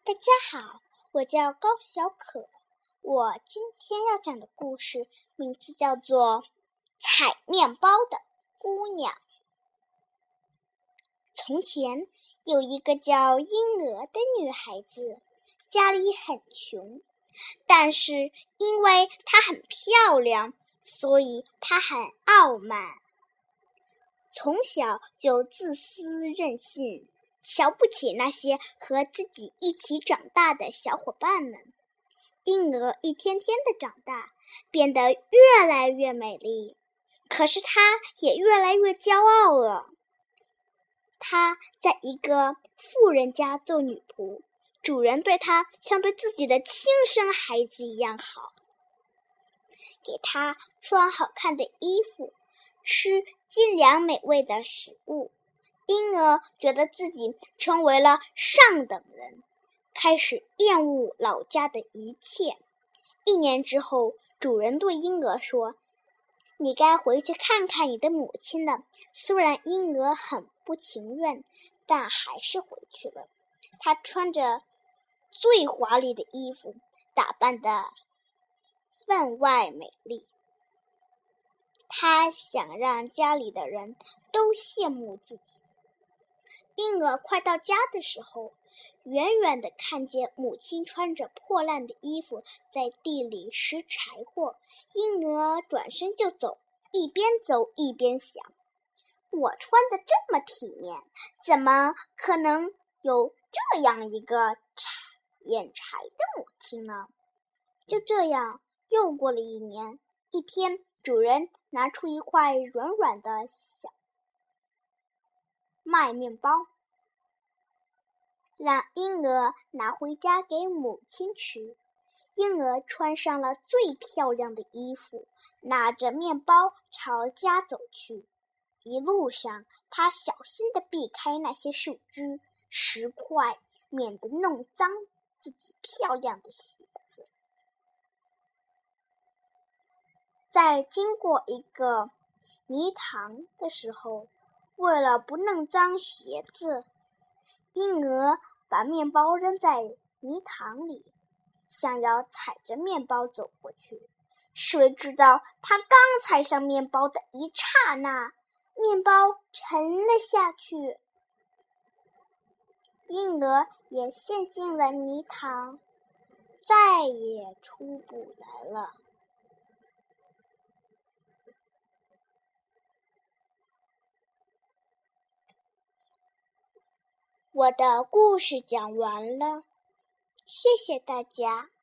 大家好，我叫高小可。我今天要讲的故事名字叫做《采面包的姑娘》。从前有一个叫英娥的女孩子，家里很穷，但是因为她很漂亮，所以她很傲慢。从小就自私任性，瞧不起那些和自己一起长大的小伙伴们。英娥一天天的长大，变得越来越美丽，可是她也越来越骄傲了。她在一个富人家做女仆，主人对她像对自己的亲生孩子一样好，给她穿好看的衣服，吃精良美味的食物。英娥觉得自己成为了上等人，开始厌恶老家的一切。1年之后，主人对英娥说：“你该回去看看你的母亲了。”虽然英娥很不情愿，但还是回去了。她穿着最华丽的衣服，打扮得分外美丽。她想让家里的人都羡慕自己。英娥快到家的时候，远远地看见母亲穿着破烂的衣服在地里拾柴火。英娥转身就走，一边走一边想：我穿得这么体面，怎么可能有这样一个眼柴的母亲呢？就这样，又过了1年。一天，主人拿出一块软软的小麦面包，让英娥拿回家给母亲吃。英娥穿上了最漂亮的衣服，拿着面包朝家走去。一路上，她小心地避开那些树枝、石块，免得弄脏自己漂亮的鞋子。在经过一个泥塘的时候，为了不弄脏鞋子，英娥把面包扔在泥塘里，想要踩着面包走过去。谁知道她刚踩上面包的一刹那，面包沉了下去，英娥也陷进了泥塘，再也出不来了。我的故事讲完了，谢谢大家。